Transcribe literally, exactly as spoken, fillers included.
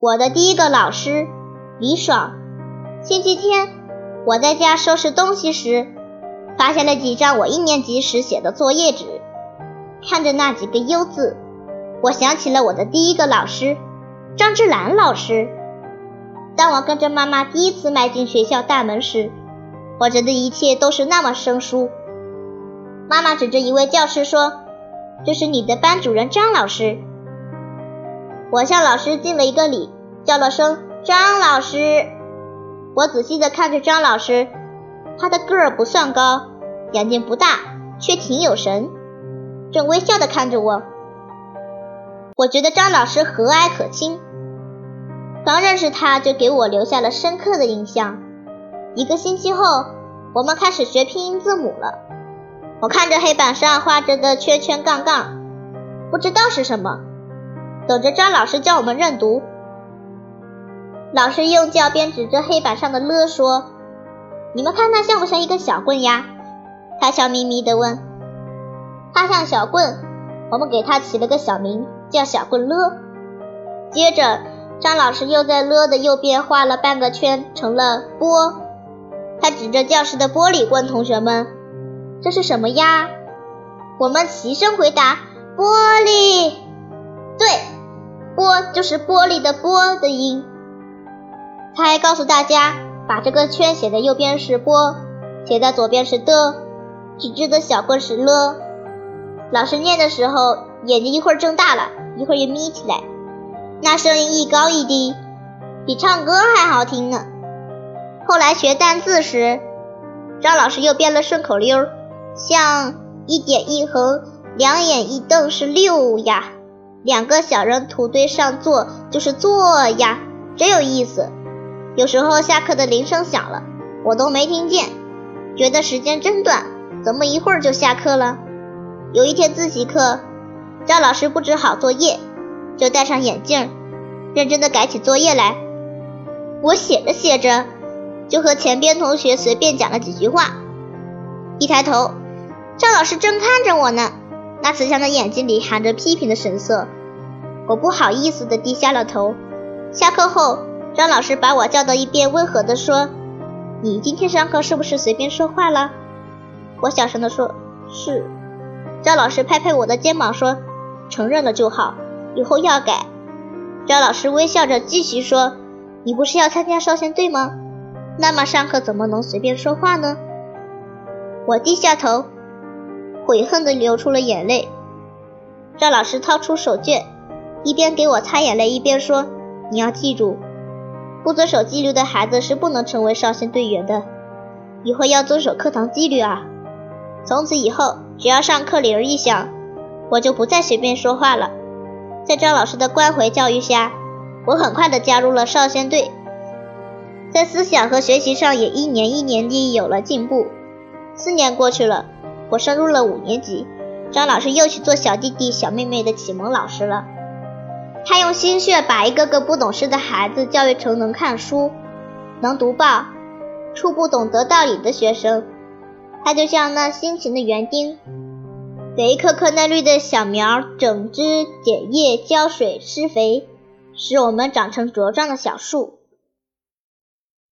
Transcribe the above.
我的第一个老师李爽。星期天我在家收拾东西时，发现了几张我一年级时写的作业纸，看着那几个优字，我想起了我的第一个老师张之兰老师。当我跟着妈妈第一次迈进学校大门时，我觉得一切都是那么生疏。妈妈指着一位教师说，这是你的班主任张老师。我向老师敬了一个礼，叫了声张老师。我仔细地看着张老师，他的个儿不算高，眼睛不大，却挺有神，正微笑地看着我。我觉得张老师和蔼可亲，刚认识他就给我留下了深刻的印象。一个星期后，我们开始学拼音字母了。我看着黑板上画着的圈圈杠杠，不知道是什么，等着张老师教我们认读。老师用教鞭指着黑板上的了说，你们看它像不像一根小棍呀？他笑眯眯地问。它像小棍，我们给它起了个小名叫小棍了。接着张老师又在了的右边画了半个圈，成了波。他指着教室的玻璃问同学们，这是什么呀？我们齐声回答，玻璃。对，波就是玻璃的波的音。他还告诉大家，把这个圈写在右边是波，写在左边是的，指着的小棍是了。老师念的时候，眼睛一会儿睁大了，一会儿又眯起来，那声音一高一低，比唱歌还好听呢。后来学单字时，张老师又编了顺口溜，像一点一横，两眼一瞪是六呀，两个小人土堆上坐就是坐呀，真有意思。有时候下课的铃声响了，我都没听见，觉得时间真短，怎么一会儿就下课了。有一天自习课，张老师布置好作业，就戴上眼镜，认真地改起作业来。我写着写着，就和前边同学随便讲了几句话。一抬头，张老师正看着我呢，那慈祥的眼睛里含着批评的神色。我不好意思地低下了头。下课后，张老师把我叫到一边，温和地说，你今天上课是不是随便说话了？我小声地说，是。张老师拍拍我的肩膀说，承认了就好，以后要改。张老师微笑着继续说，你不是要参加少先队吗？那么上课怎么能随便说话呢？我低下头，悔恨地流出了眼泪。张老师掏出手绢，一边给我擦眼泪，一边说，你要记住，不遵守纪律的孩子是不能成为少先队员的，以后要遵守课堂纪律啊。从此以后，只要上课铃一响，我就不再随便说话了。在张老师的关怀教育下，我很快地加入了少先队，在思想和学习上也一年一年地有了进步。四年过去了，我升入了五年级，张老师又去做小弟弟小妹妹的启蒙老师了。他用心血把一个个不懂事的孩子教育成能看书、能读报、初步懂得道理的学生。他就像那辛勤的园丁，给一颗颗嫩绿的小苗整枝、剪叶、浇水、施肥，使我们长成茁壮的小树。